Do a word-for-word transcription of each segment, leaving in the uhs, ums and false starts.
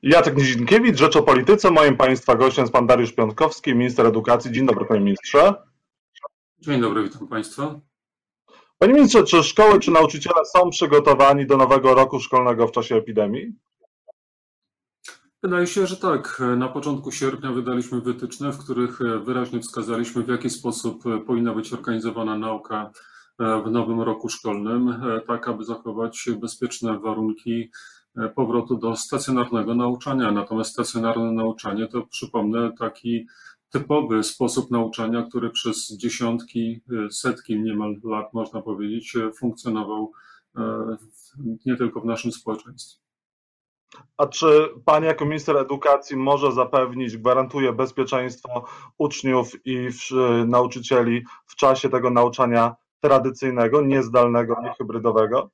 Jacek Nizinkiewicz, Rzecz o Polityce. Moim Państwa gościem jest Pan Dariusz Piontkowski, minister edukacji. Dzień dobry, Panie Ministrze. Dzień dobry, witam Państwa. Panie Ministrze, czy szkoły, czy nauczyciele są przygotowani do nowego roku szkolnego w czasie epidemii? Wydaje się, że tak. Na początku sierpnia wydaliśmy wytyczne, w których wyraźnie wskazaliśmy, w jaki sposób powinna być organizowana nauka w nowym roku szkolnym, tak aby zachować bezpieczne warunki powrotu do stacjonarnego nauczania. Natomiast stacjonarne nauczanie to, przypomnę, taki typowy sposób nauczania, który przez dziesiątki, setki niemal lat, można powiedzieć, funkcjonował nie tylko w naszym społeczeństwie. A czy Pan jako minister edukacji może zapewnić, gwarantuje bezpieczeństwo uczniów i nauczycieli w czasie tego nauczania tradycyjnego, niezdalnego, niehybrydowego?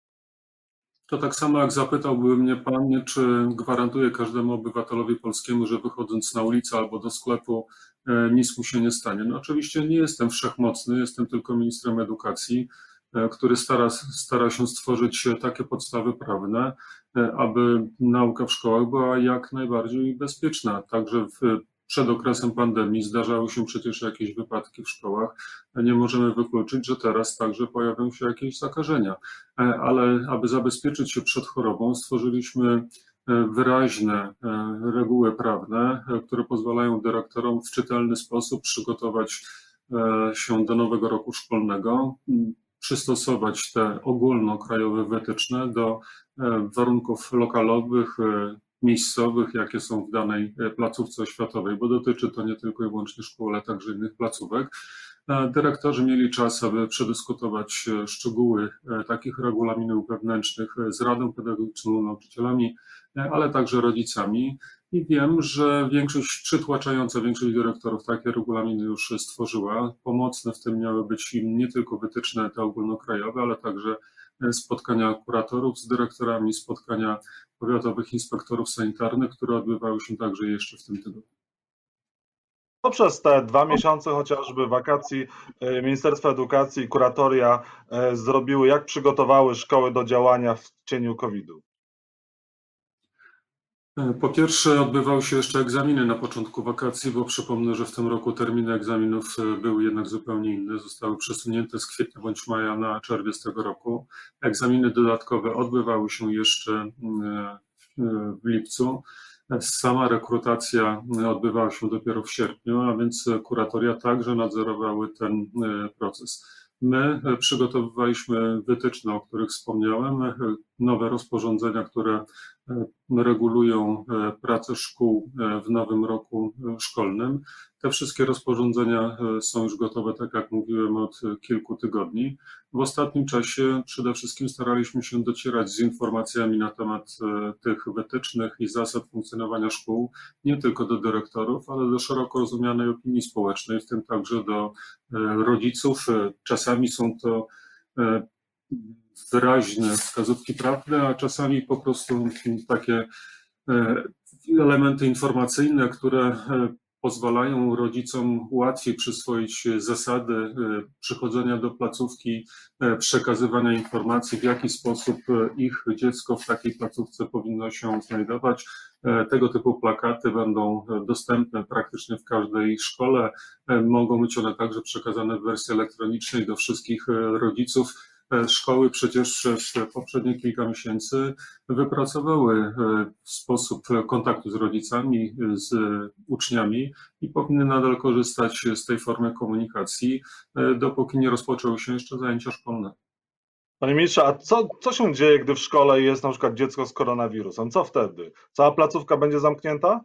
To tak samo jak zapytałby mnie Pan, czy gwarantuję każdemu obywatelowi polskiemu, że wychodząc na ulicę albo do sklepu nic mu się nie stanie. No oczywiście nie jestem wszechmocny, jestem tylko ministrem edukacji, który stara, stara się stworzyć takie podstawy prawne, aby nauka w szkołach była jak najbardziej bezpieczna. Także w, przed okresem pandemii zdarzały się przecież jakieś wypadki w szkołach. Nie możemy wykluczyć, że teraz także pojawią się jakieś zakażenia. Ale aby zabezpieczyć się przed chorobą, stworzyliśmy wyraźne reguły prawne, które pozwalają dyrektorom w czytelny sposób przygotować się do nowego roku szkolnego, przystosować te ogólnokrajowe wytyczne do warunków lokalowych, miejscowych, jakie są w danej placówce oświatowej, bo dotyczy to nie tylko i wyłącznie szkół, ale także innych placówek. Dyrektorzy mieli czas, aby przedyskutować szczegóły takich regulaminów wewnętrznych z Radą Pedagogiczną, nauczycielami, ale także rodzicami. I wiem, że większość, przytłaczająca większość dyrektorów takie regulaminy już stworzyła. Pomocne w tym miały być im nie tylko wytyczne te ogólnokrajowe, ale także spotkania kuratorów z dyrektorami, spotkania powiatowych inspektorów sanitarnych, które odbywały się także jeszcze w tym tygodniu. Poprzez te dwa miesiące chociażby wakacji Ministerstwo Edukacji i kuratoria zrobiły, jak przygotowały szkoły do działania w cieniu kowida? Po pierwsze, odbywały się jeszcze egzaminy na początku wakacji, bo przypomnę, że w tym roku terminy egzaminów były jednak zupełnie inne. Zostały przesunięte z kwietnia bądź maja na czerwiec tego roku. Egzaminy dodatkowe odbywały się jeszcze w lipcu. Sama rekrutacja odbywała się dopiero w sierpniu, a więc kuratoria także nadzorowały ten proces. My przygotowywaliśmy wytyczne, o których wspomniałem, nowe rozporządzenia, które regulują pracę szkół w nowym roku szkolnym. Te wszystkie rozporządzenia są już gotowe, tak jak mówiłem, od kilku tygodni. W ostatnim czasie przede wszystkim staraliśmy się docierać z informacjami na temat tych wytycznych i zasad funkcjonowania szkół, nie tylko do dyrektorów, ale do szeroko rozumianej opinii społecznej, w tym także do rodziców. Czasami są to wyraźne wskazówki prawne, a czasami po prostu takie elementy informacyjne, które pozwalają rodzicom łatwiej przyswoić zasady przychodzenia do placówki, przekazywania informacji, w jaki sposób ich dziecko w takiej placówce powinno się znajdować. Tego typu plakaty będą dostępne praktycznie w każdej szkole. Mogą być one także przekazane w wersji elektronicznej do wszystkich rodziców. Szkoły przecież przez poprzednie kilka miesięcy wypracowały sposób kontaktu z rodzicami, z uczniami i powinny nadal korzystać z tej formy komunikacji, dopóki nie rozpoczęły się jeszcze zajęcia szkolne. Panie ministrze, a co, co się dzieje, gdy w szkole jest na przykład dziecko z koronawirusem? Co wtedy? Cała placówka będzie zamknięta?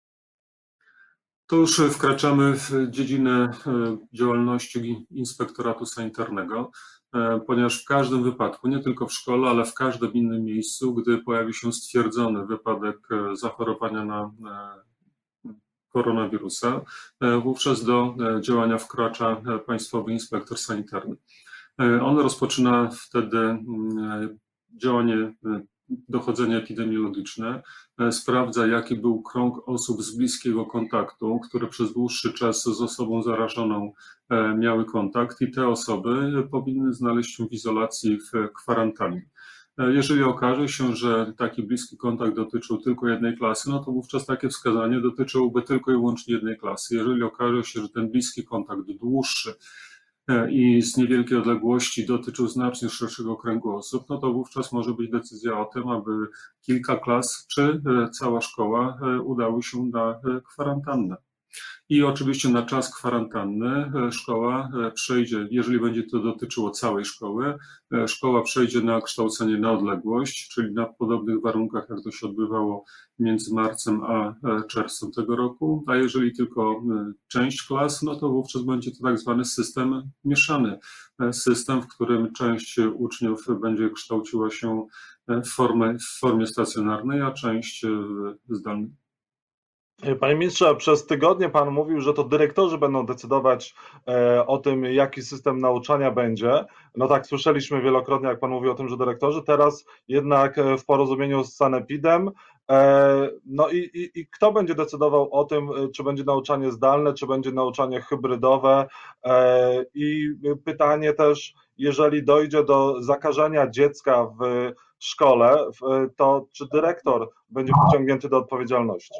To już wkraczamy w dziedzinę działalności inspektoratu sanitarnego, ponieważ w każdym wypadku, nie tylko w szkole, ale w każdym innym miejscu, gdy pojawi się stwierdzony wypadek zachorowania na koronawirusa, wówczas do działania wkracza Państwowy Inspektor Sanitarny. On rozpoczyna wtedy działanie, dochodzenie epidemiologiczne, sprawdza, jaki był krąg osób z bliskiego kontaktu, które przez dłuższy czas z osobą zarażoną miały kontakt i te osoby powinny znaleźć się w izolacji, w kwarantannie. Jeżeli okaże się, że taki bliski kontakt dotyczył tylko jednej klasy, no to wówczas takie wskazanie dotyczyłoby tylko i wyłącznie jednej klasy. Jeżeli okaże się, że ten bliski kontakt dłuższy i z niewielkiej odległości dotyczył znacznie szerszego kręgu osób, no to wówczas może być decyzja o tym, aby kilka klas czy cała szkoła udały się na kwarantannę. I oczywiście na czas kwarantanny szkoła przejdzie, jeżeli będzie to dotyczyło całej szkoły, szkoła przejdzie na kształcenie na odległość, czyli na podobnych warunkach, jak to się odbywało między marcem a czerwcem tego roku, a jeżeli tylko część klas, no to wówczas będzie to tak zwany system mieszany, system, w którym część uczniów będzie kształciła się w formie, w formie stacjonarnej, a część zdalnej. Panie ministrze, przez tygodnie pan mówił, że to dyrektorzy będą decydować e, o tym, jaki system nauczania będzie. No tak, słyszeliśmy wielokrotnie, jak pan mówił o tym, że dyrektorzy. Teraz jednak w porozumieniu z sanepidem. E, no i, i, i kto będzie decydował o tym, czy będzie nauczanie zdalne, czy będzie nauczanie hybrydowe? E, I pytanie też, jeżeli dojdzie do zakażenia dziecka w szkole, to czy dyrektor będzie pociągnięty do odpowiedzialności?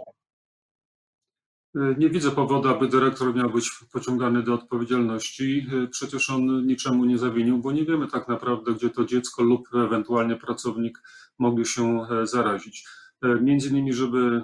Nie widzę powodu, aby dyrektor miał być pociągany do odpowiedzialności. Przecież on niczemu nie zawinił, bo nie wiemy tak naprawdę, gdzie to dziecko lub ewentualnie pracownik mogli się zarazić. Między innymi, żeby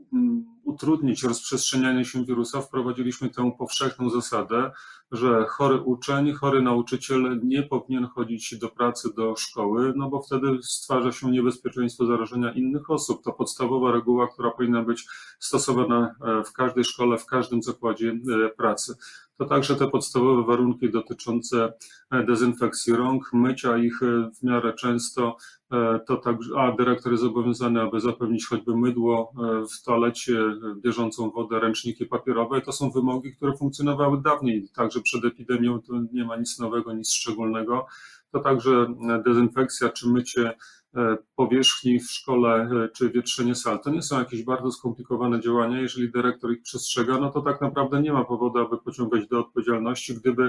utrudnić rozprzestrzenianie się wirusa, wprowadziliśmy tę powszechną zasadę, że chory uczeń, chory nauczyciel nie powinien chodzić do pracy, do szkoły, no bo wtedy stwarza się niebezpieczeństwo zarażenia innych osób. To podstawowa reguła, która powinna być stosowana w każdej szkole, w każdym zakładzie pracy. To także te podstawowe warunki dotyczące dezynfekcji rąk, mycia ich w miarę często, to także, a dyrektor jest zobowiązany, aby zapewnić choćby mydło w toalecie, bieżącą wodę, ręczniki papierowe. To są wymogi, które funkcjonowały dawniej, także przed epidemią, to nie ma nic nowego, nic szczególnego. To także dezynfekcja czy mycie powierzchni w szkole, czy wietrzenie sal. To nie są jakieś bardzo skomplikowane działania. Jeżeli dyrektor ich przestrzega, no to tak naprawdę nie ma powodu, aby pociągać do odpowiedzialności, gdyby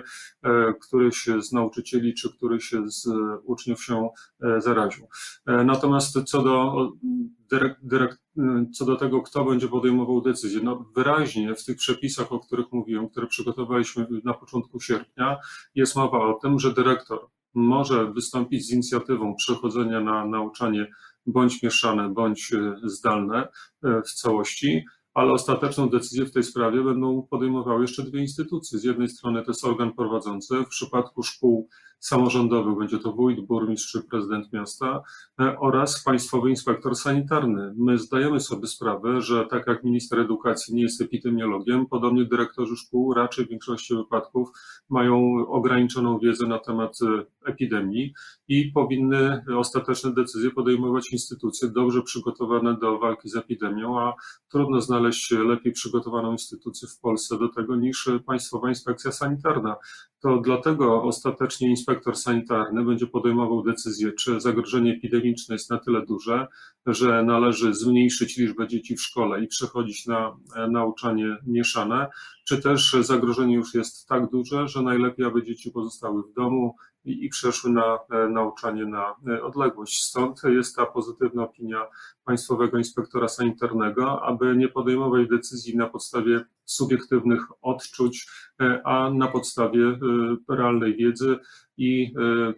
któryś z nauczycieli, czy któryś z uczniów się zaraził. Natomiast co do dyrek, dyrek, co do tego, kto będzie podejmował decyzję, no wyraźnie w tych przepisach, o których mówiłem, które przygotowaliśmy na początku sierpnia, jest mowa o tym, że dyrektor może wystąpić z inicjatywą przechodzenia na nauczanie bądź mieszane, bądź zdalne w całości, ale ostateczną decyzję w tej sprawie będą podejmowały jeszcze dwie instytucje. Z jednej strony to jest organ prowadzący, w przypadku szkół samorządowych będzie to wójt, burmistrz czy prezydent miasta oraz państwowy inspektor sanitarny. My zdajemy sobie sprawę, że tak jak minister edukacji nie jest epidemiologiem, podobnie dyrektorzy szkół raczej w większości wypadków mają ograniczoną wiedzę na temat epidemii i powinny ostateczne decyzje podejmować instytucje dobrze przygotowane do walki z epidemią, a trudno znaleźć lepiej przygotowaną instytucję w Polsce do tego niż Państwowa Inspekcja Sanitarna. To dlatego ostatecznie inspektor sanitarny będzie podejmował decyzję, czy zagrożenie epidemiczne jest na tyle duże, że należy zmniejszyć liczbę dzieci w szkole i przechodzić na nauczanie mieszane, czy też zagrożenie już jest tak duże, że najlepiej, aby dzieci pozostały w domu i przeszły na nauczanie na odległość. Stąd jest ta pozytywna opinia Państwowego Inspektora Sanitarnego, aby nie podejmować decyzji na podstawie subiektywnych odczuć, a na podstawie realnej wiedzy i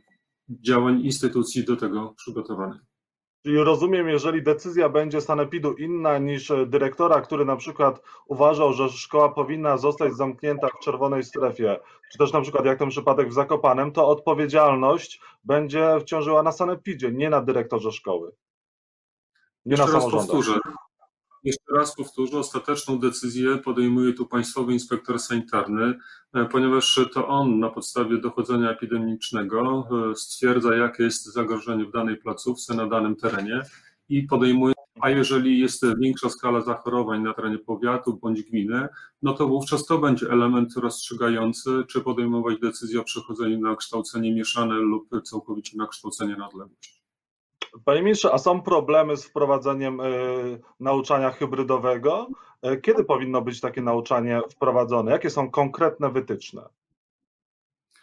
działań instytucji do tego przygotowanych. Czyli rozumiem, jeżeli decyzja będzie sanepidu inna niż dyrektora, który na przykład uważał, że szkoła powinna zostać zamknięta w czerwonej strefie, czy też na przykład jak ten przypadek w Zakopanem, to odpowiedzialność będzie ciążyła na sanepidzie, nie na dyrektorze szkoły, nie Jeszcze na raz samorządach. powtórzę. Jeszcze raz powtórzę, ostateczną decyzję podejmuje tu Państwowy Inspektor Sanitarny, ponieważ to on na podstawie dochodzenia epidemicznego stwierdza, jakie jest zagrożenie w danej placówce, na danym terenie i podejmuje, a jeżeli jest większa skala zachorowań na terenie powiatu bądź gminy, no to wówczas to będzie element rozstrzygający, czy podejmować decyzję o przechodzeniu na kształcenie mieszane lub całkowicie na kształcenie na odległość. Panie ministrze, a są problemy z wprowadzeniem y, nauczania hybrydowego? Kiedy powinno być takie nauczanie wprowadzone? Jakie są konkretne wytyczne?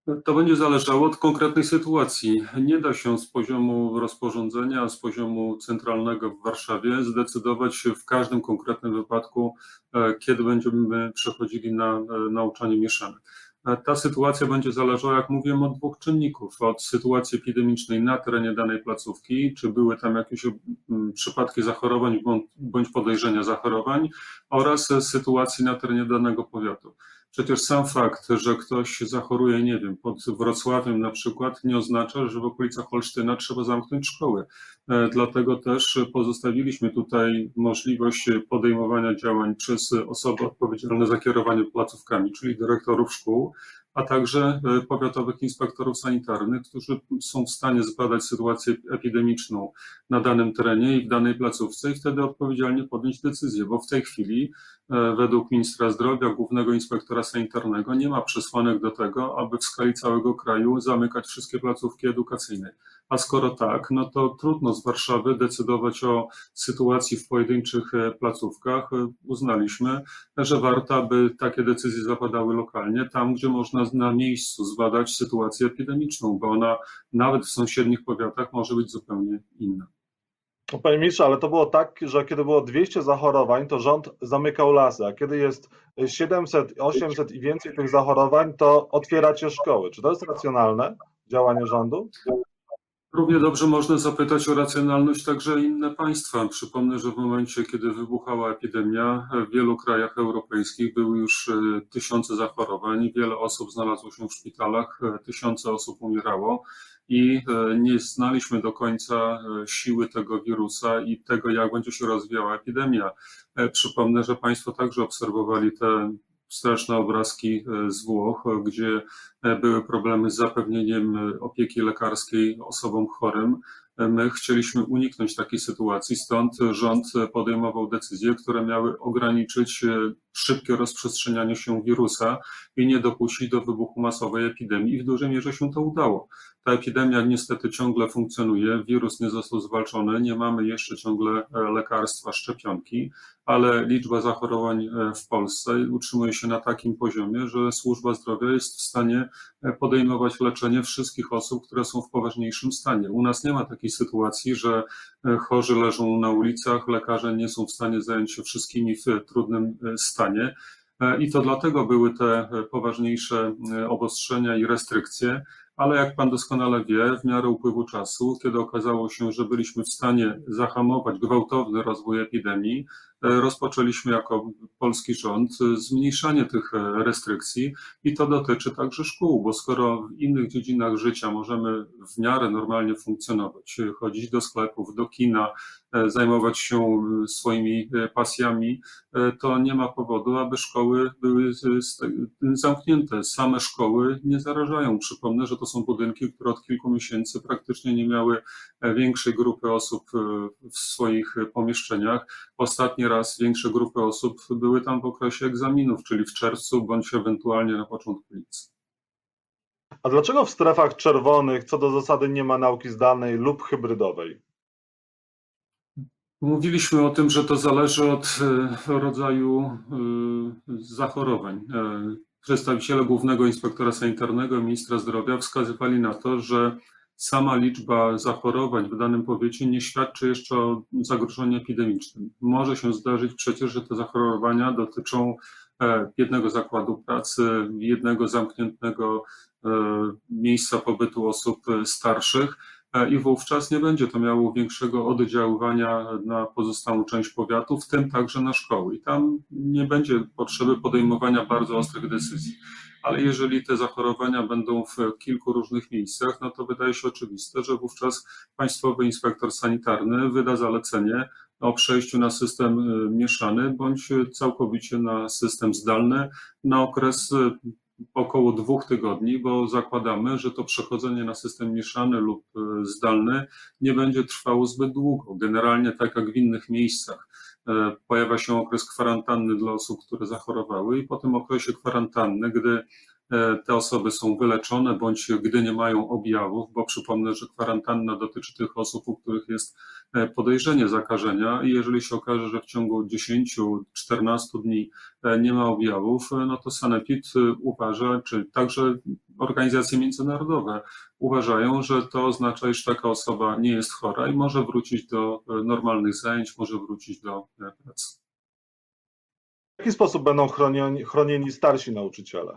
To będzie zależało od konkretnej sytuacji. Nie da się z poziomu rozporządzenia, z poziomu centralnego w Warszawie zdecydować w każdym konkretnym wypadku, kiedy będziemy przechodzili na nauczanie mieszane. Ta sytuacja będzie zależała, jak mówiłem, od dwóch czynników. Od sytuacji epidemicznej na terenie danej placówki, czy były tam jakieś przypadki zachorowań bądź podejrzenia zachorowań, oraz sytuacji na terenie danego powiatu. Przecież sam fakt, że ktoś zachoruje, nie wiem, pod Wrocławiem na przykład, nie oznacza, że w okolicach Olsztyna trzeba zamknąć szkoły. Dlatego też pozostawiliśmy tutaj możliwość podejmowania działań przez osoby odpowiedzialne za kierowanie placówkami, czyli dyrektorów szkół, a także powiatowych inspektorów sanitarnych, którzy są w stanie zbadać sytuację epidemiczną na danym terenie i w danej placówce i wtedy odpowiedzialnie podjąć decyzję, bo w tej chwili według ministra zdrowia, głównego inspektora sanitarnego nie ma przesłanek do tego, aby w skali całego kraju zamykać wszystkie placówki edukacyjne. A skoro tak, no to trudno z Warszawy decydować o sytuacji w pojedynczych placówkach. Uznaliśmy, że warto, aby takie decyzje zapadały lokalnie, tam gdzie można na miejscu zbadać sytuację epidemiczną, bo ona nawet w sąsiednich powiatach może być zupełnie inna. Panie ministrze, ale to było tak, że kiedy było dwieście zachorowań, to rząd zamykał lasy, a kiedy jest siedemset, osiemset i więcej tych zachorowań, to otwieracie szkoły. Czy to jest racjonalne działanie rządu? Równie dobrze można zapytać o racjonalność także inne państwa. Przypomnę, że w momencie, kiedy wybuchała epidemia, w wielu krajach europejskich były już tysiące zachorowań, wiele osób znalazło się w szpitalach, tysiące osób umierało i nie znaliśmy do końca siły tego wirusa i tego, jak będzie się rozwijała epidemia. Przypomnę, że państwo także obserwowali te straszne obrazki z Włoch, gdzie były problemy z zapewnieniem opieki lekarskiej osobom chorym. My chcieliśmy uniknąć takiej sytuacji, stąd rząd podejmował decyzje, które miały ograniczyć szybkie rozprzestrzenianie się wirusa i nie dopuścić do wybuchu masowej epidemii. I w dużej mierze się to udało. Ta epidemia niestety ciągle funkcjonuje, wirus nie został zwalczony, nie mamy jeszcze ciągle lekarstwa, szczepionki, ale liczba zachorowań w Polsce utrzymuje się na takim poziomie, że służba zdrowia jest w stanie podejmować leczenie wszystkich osób, które są w poważniejszym stanie. U nas nie ma takiej sytuacji, że chorzy leżą na ulicach, lekarze nie są w stanie zająć się wszystkimi w trudnym stanie. I to dlatego były te poważniejsze obostrzenia i restrykcje, ale jak pan doskonale wie, w miarę upływu czasu, kiedy okazało się, że byliśmy w stanie zahamować gwałtowny rozwój epidemii, rozpoczęliśmy jako polski rząd zmniejszanie tych restrykcji i to dotyczy także szkół, bo skoro w innych dziedzinach życia możemy w miarę normalnie funkcjonować, chodzić do sklepów, do kina, zajmować się swoimi pasjami, to nie ma powodu, aby szkoły były zamknięte. Same szkoły nie zarażają. Przypomnę, że to są budynki, które od kilku miesięcy praktycznie nie miały większej grupy osób w swoich pomieszczeniach. Ostatni raz większe grupy osób były tam w okresie egzaminów, czyli w czerwcu bądź ewentualnie na początku lipca. A dlaczego w strefach czerwonych co do zasady nie ma nauki zdalnej lub hybrydowej? Mówiliśmy o tym, że to zależy od rodzaju zachorowań. Przedstawiciele Głównego Inspektora Sanitarnego i Ministra Zdrowia wskazywali na to, że sama liczba zachorowań w danym powiecie nie świadczy jeszcze o zagrożeniu epidemicznym. Może się zdarzyć przecież, że te zachorowania dotyczą jednego zakładu pracy, jednego zamkniętego miejsca pobytu osób starszych i wówczas nie będzie to miało większego oddziaływania na pozostałą część powiatu, w tym także na szkoły. I tam nie będzie potrzeby podejmowania bardzo ostrych decyzji. Ale jeżeli te zachorowania będą w kilku różnych miejscach, no to wydaje się oczywiste, że wówczas Państwowy Inspektor Sanitarny wyda zalecenie o przejściu na system mieszany bądź całkowicie na system zdalny na okres około dwóch tygodni, bo zakładamy, że to przechodzenie na system mieszany lub zdalny nie będzie trwało zbyt długo. Generalnie tak jak w innych miejscach pojawia się okres kwarantanny dla osób, które zachorowały i po tym okresie kwarantanny, gdy te osoby są wyleczone, bądź gdy nie mają objawów, bo przypomnę, że kwarantanna dotyczy tych osób, u których jest podejrzenie zakażenia i jeżeli się okaże, że w ciągu dziesięciu do czternastu dni nie ma objawów, no to Sanepid uważa, czy także organizacje międzynarodowe uważają, że to oznacza, iż taka osoba nie jest chora i może wrócić do normalnych zajęć, może wrócić do pracy. W jaki sposób będą chronieni, chronieni starsi nauczyciele?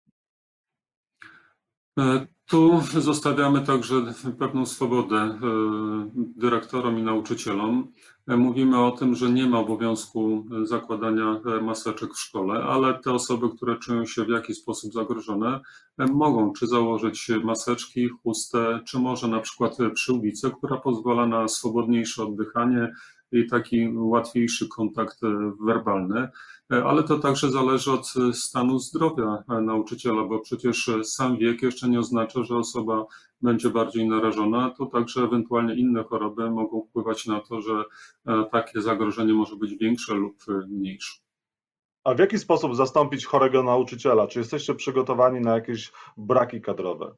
Tu zostawiamy także pewną swobodę dyrektorom i nauczycielom. Mówimy o tym, że nie ma obowiązku zakładania maseczek w szkole, ale te osoby, które czują się w jakiś sposób zagrożone, mogą czy założyć maseczki, chustę, czy może na przykład przyłbicę, która pozwala na swobodniejsze oddychanie i taki łatwiejszy kontakt werbalny, ale to także zależy od stanu zdrowia nauczyciela, bo przecież sam wiek jeszcze nie oznacza, że osoba będzie bardziej narażona, to także ewentualnie inne choroby mogą wpływać na to, że takie zagrożenie może być większe lub mniejsze. A w jaki sposób zastąpić chorego nauczyciela? Czy jesteście przygotowani na jakieś braki kadrowe?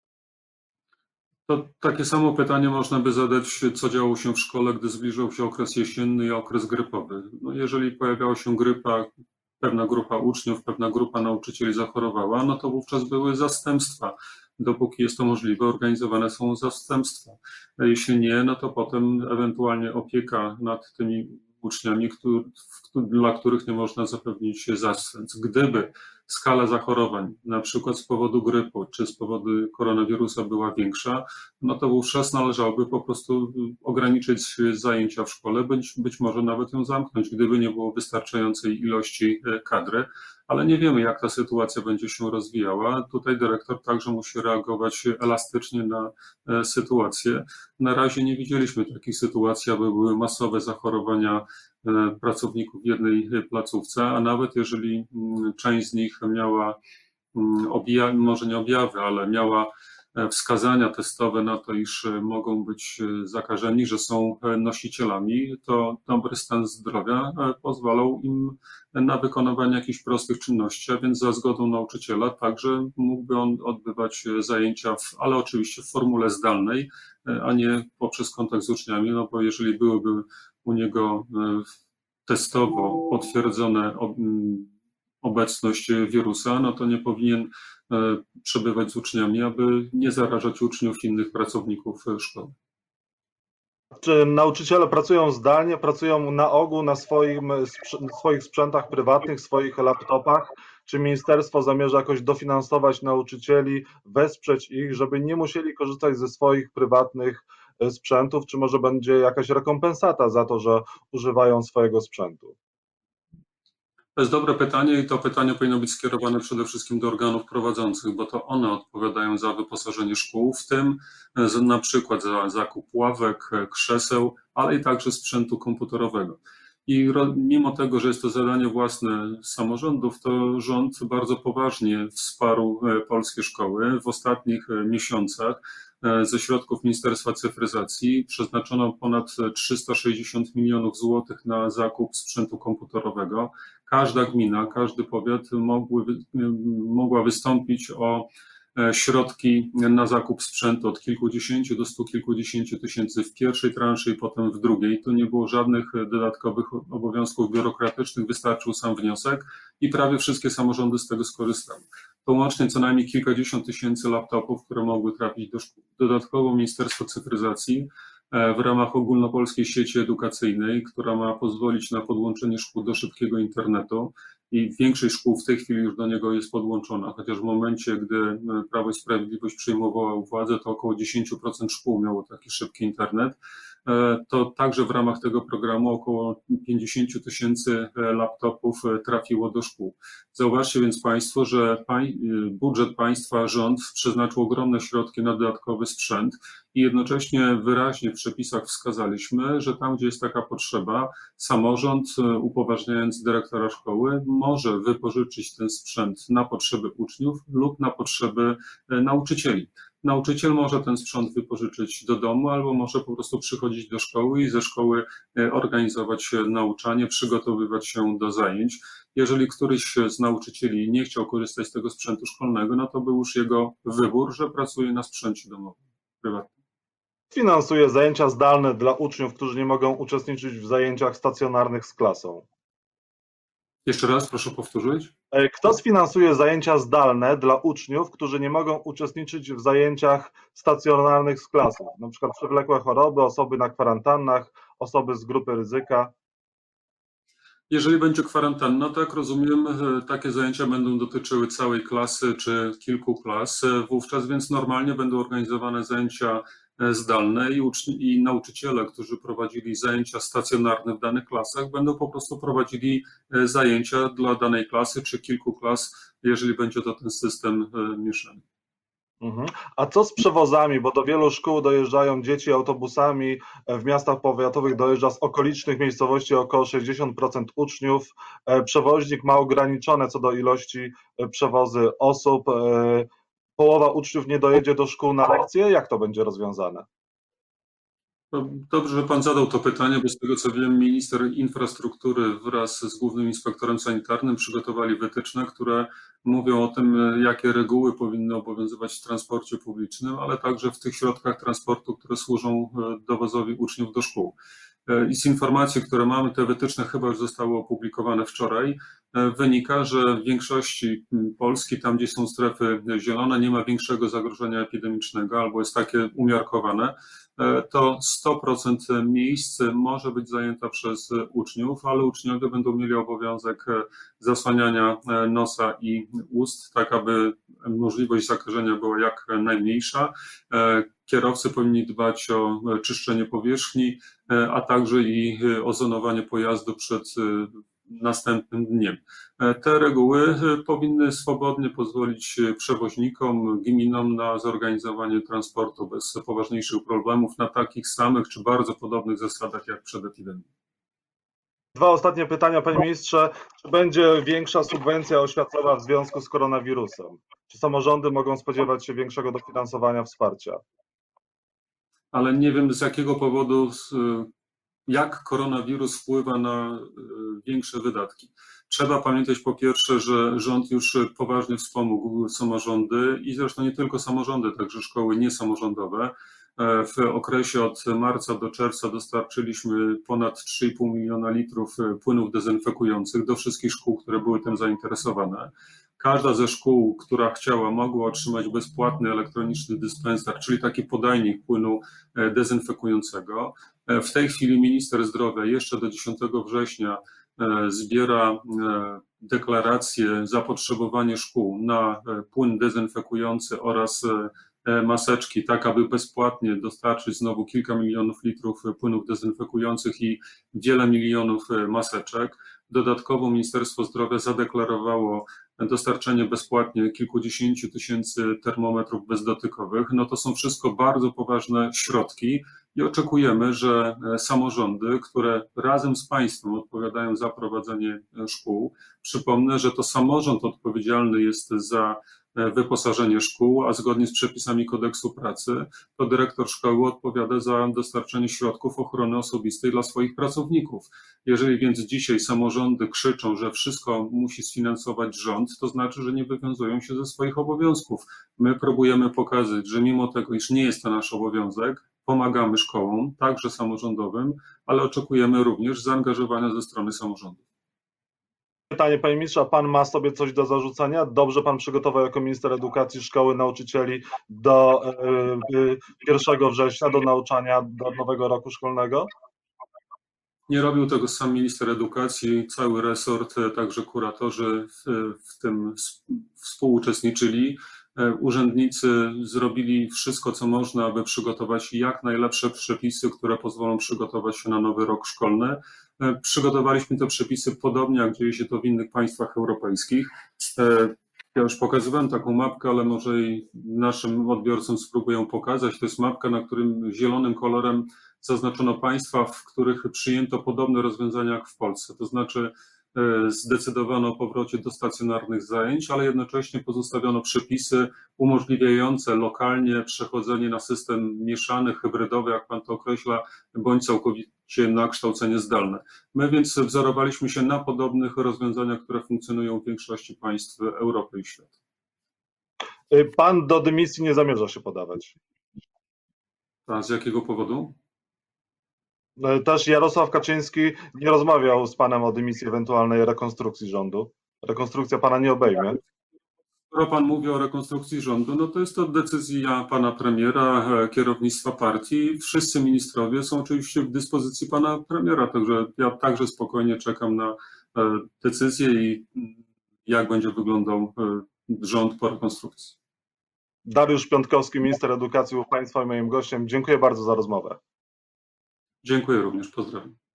To takie samo pytanie można by zadać, co działo się w szkole, gdy zbliżał się okres jesienny i okres grypowy. No jeżeli pojawiała się grypa, pewna grupa uczniów, pewna grupa nauczycieli zachorowała, no to wówczas były zastępstwa. Dopóki jest to możliwe, organizowane są zastępstwa. Jeśli nie, no to potem ewentualnie opieka nad tymi uczniami, który, dla których nie można zapewnić zastępstw. Gdyby skala zachorowań, na przykład z powodu grypu czy z powodu koronawirusa była większa, no to wówczas należałoby po prostu ograniczyć zajęcia w szkole, być, być może nawet ją zamknąć, gdyby nie było wystarczającej ilości kadry, ale nie wiemy, jak ta sytuacja będzie się rozwijała. Tutaj dyrektor także musi reagować elastycznie na sytuację. Na razie nie widzieliśmy takich sytuacji, aby były masowe zachorowania pracowników w jednej placówce, a nawet jeżeli część z nich miała objawy, może nie objawy, ale miała wskazania testowe na to, iż mogą być zakażeni, że są nosicielami, to dobry stan zdrowia pozwalał im na wykonywanie jakichś prostych czynności, a więc za zgodą nauczyciela także mógłby on odbywać zajęcia, w, ale oczywiście w formule zdalnej, a nie poprzez kontakt z uczniami, no bo jeżeli byłyby u niego testowo potwierdzone obecność wirusa, no to nie powinien przebywać z uczniami, aby nie zarażać uczniów i innych pracowników szkoły. Czy nauczyciele pracują zdalnie, pracują na ogół na swoim, swoich sprzętach prywatnych, swoich laptopach? Czy ministerstwo zamierza jakoś dofinansować nauczycieli, wesprzeć ich, żeby nie musieli korzystać ze swoich prywatnych sprzętów? Czy może będzie jakaś rekompensata za to, że używają swojego sprzętu? To jest dobre pytanie i to pytanie powinno być skierowane przede wszystkim do organów prowadzących, bo to one odpowiadają za wyposażenie szkół, w tym na przykład za zakup ławek, krzeseł, ale i także sprzętu komputerowego. I mimo tego, że jest to zadanie własne samorządów, to rząd bardzo poważnie wsparł polskie szkoły. W ostatnich miesiącach ze środków Ministerstwa Cyfryzacji przeznaczono ponad trzysta sześćdziesiąt milionów złotych na zakup sprzętu komputerowego. Każda gmina, każdy powiat mogły, mogła wystąpić o środki na zakup sprzętu od kilkudziesięciu do stu kilkudziesięciu tysięcy w pierwszej transzy i potem w drugiej. Tu nie było żadnych dodatkowych obowiązków biurokratycznych, wystarczył sam wniosek i prawie wszystkie samorządy z tego skorzystały. To łącznie co najmniej kilkadziesiąt tysięcy laptopów, które mogły trafić do szkół. Dodatkowo Ministerstwo Cyfryzacji w ramach ogólnopolskiej sieci edukacyjnej, która ma pozwolić na podłączenie szkół do szybkiego internetu i większość szkół w tej chwili już do niego jest podłączona, chociaż w momencie, gdy Prawo i Sprawiedliwość przejmowało władzę, to około dziesięć procent szkół miało taki szybki internet. To także w ramach tego programu około pięćdziesiąt tysięcy laptopów trafiło do szkół. Zauważcie więc Państwo, że budżet państwa, rząd przeznaczył ogromne środki na dodatkowy sprzęt i jednocześnie wyraźnie w przepisach wskazaliśmy, że tam, gdzie jest taka potrzeba, samorząd, upoważniając dyrektora szkoły, może wypożyczyć ten sprzęt na potrzeby uczniów lub na potrzeby nauczycieli. Nauczyciel może ten sprzęt wypożyczyć do domu albo może po prostu przychodzić do szkoły i ze szkoły organizować nauczanie, przygotowywać się do zajęć. Jeżeli któryś z nauczycieli nie chciał korzystać z tego sprzętu szkolnego, no to był już jego wybór, że pracuje na sprzęcie domowym, prywatnym. Finansuje zajęcia zdalne dla uczniów, którzy nie mogą uczestniczyć w zajęciach stacjonarnych z klasą? Jeszcze raz, proszę powtórzyć. Kto sfinansuje zajęcia zdalne dla uczniów, którzy nie mogą uczestniczyć w zajęciach stacjonarnych z klasą? Na przykład przewlekłe choroby, osoby na kwarantannach, osoby z grupy ryzyka. Jeżeli będzie kwarantanna, to jak rozumiem, takie zajęcia będą dotyczyły całej klasy czy kilku klas wówczas, więc normalnie będą organizowane zajęcia zdalne i, uczni, i nauczyciele, którzy prowadzili zajęcia stacjonarne w danych klasach, będą po prostu prowadzili zajęcia dla danej klasy czy kilku klas, jeżeli będzie to ten system mieszany. Mhm. A co z przewozami, bo do wielu szkół dojeżdżają dzieci autobusami, w miastach powiatowych dojeżdża z okolicznych miejscowości około sześćdziesiąt procent uczniów, przewoźnik ma ograniczone co do ilości przewozy osób, połowa uczniów nie dojedzie do szkół na lekcje, jak to będzie rozwiązane? Dobrze, że Pan zadał to pytanie, bo z tego co wiem, minister infrastruktury wraz z głównym inspektorem sanitarnym przygotowali wytyczne, które mówią o tym, jakie reguły powinny obowiązywać w transporcie publicznym, ale także w tych środkach transportu, które służą dowozowi uczniów do szkół. I z informacji, które mamy, te wytyczne chyba już zostały opublikowane wczoraj, wynika, że w większości Polski, tam gdzie są strefy zielone, nie ma większego zagrożenia epidemicznego albo jest takie umiarkowane, to sto procent miejsc może być zajęta przez uczniów, ale uczniowie będą mieli obowiązek zasłaniania nosa i ust, tak aby możliwość zakażenia była jak najmniejsza. Kierowcy powinni dbać o czyszczenie powierzchni, a także i ozonowanie pojazdu przed następnym dniem. Te reguły powinny swobodnie pozwolić przewoźnikom, gminom na zorganizowanie transportu bez poważniejszych problemów na takich samych czy bardzo podobnych zasadach jak przed epidemią. Dwa ostatnie pytania, panie ministrze. Czy będzie większa subwencja oświatowa w związku z koronawirusem? Czy samorządy mogą spodziewać się większego dofinansowania, wsparcia? Ale nie wiem z jakiego powodu, jak koronawirus wpływa na większe wydatki. Trzeba pamiętać po pierwsze, że rząd już poważnie wspomógł samorządy i zresztą nie tylko samorządy, także szkoły niesamorządowe. W okresie od marca do czerwca dostarczyliśmy ponad trzy i pół miliona litrów płynów dezynfekujących do wszystkich szkół, które były tym zainteresowane. Każda ze szkół, która chciała, mogła otrzymać bezpłatny elektroniczny dyspenser, czyli taki podajnik płynu dezynfekującego. W tej chwili minister zdrowia jeszcze do dziesiątego września zbiera deklaracje, zapotrzebowanie szkół na płyn dezynfekujący oraz maseczki, tak aby bezpłatnie dostarczyć znowu kilka milionów litrów płynów dezynfekujących i wiele milionów maseczek. Dodatkowo Ministerstwo Zdrowia zadeklarowało dostarczenie bezpłatnie kilkudziesięciu tysięcy termometrów bezdotykowych. No to są wszystko bardzo poważne środki i oczekujemy, że samorządy, które razem z państwem odpowiadają za prowadzenie szkół, przypomnę, że to samorząd odpowiedzialny jest za wyposażenie szkół, a zgodnie z przepisami kodeksu pracy to dyrektor szkoły odpowiada za dostarczenie środków ochrony osobistej dla swoich pracowników. Jeżeli więc dzisiaj samorządy krzyczą, że wszystko musi sfinansować rząd, to znaczy, że nie wywiązują się ze swoich obowiązków. My próbujemy pokazać, że mimo tego, iż nie jest to nasz obowiązek, pomagamy szkołom, także samorządowym, ale oczekujemy również zaangażowania ze strony samorządów. Pytanie, panie ministrze, a pan ma sobie coś do zarzucenia? Dobrze pan przygotował jako minister edukacji szkoły, nauczycieli do pierwszego września, do nauczania, do nowego roku szkolnego? Nie robił tego sam minister edukacji, cały resort, także kuratorzy w, w tym współuczestniczyli. Urzędnicy zrobili wszystko, co można, aby przygotować jak najlepsze przepisy, które pozwolą przygotować się na nowy rok szkolny. Przygotowaliśmy te przepisy podobnie, jak dzieje się to w innych państwach europejskich. Ja już pokazywałem taką mapkę, ale może i naszym odbiorcom spróbuję pokazać. To jest mapka, na którym zielonym kolorem zaznaczono państwa, w których przyjęto podobne rozwiązania jak w Polsce. To znaczy zdecydowano o powrocie do stacjonarnych zajęć, ale jednocześnie pozostawiono przepisy umożliwiające lokalnie przechodzenie na system mieszany, hybrydowy, jak pan to określa, bądź całkowicie na kształcenie zdalne. My więc wzorowaliśmy się na podobnych rozwiązaniach, które funkcjonują w większości państw Europy i świata. Pan do dymisji nie zamierza się podawać. A z jakiego powodu? Też Jarosław Kaczyński nie rozmawiał z panem o dymisji ewentualnej rekonstrukcji rządu. Rekonstrukcja pana nie obejmie. Skoro pan mówi o rekonstrukcji rządu, no to jest to decyzja pana premiera, kierownictwa partii. Wszyscy ministrowie są oczywiście w dyspozycji pana premiera, także ja także spokojnie czekam na decyzję i jak będzie wyglądał rząd po rekonstrukcji. Dariusz Piontkowski, minister edukacji, był państwa i moim gościem. Dziękuję bardzo za rozmowę. Dziękuję również, pozdrawiam.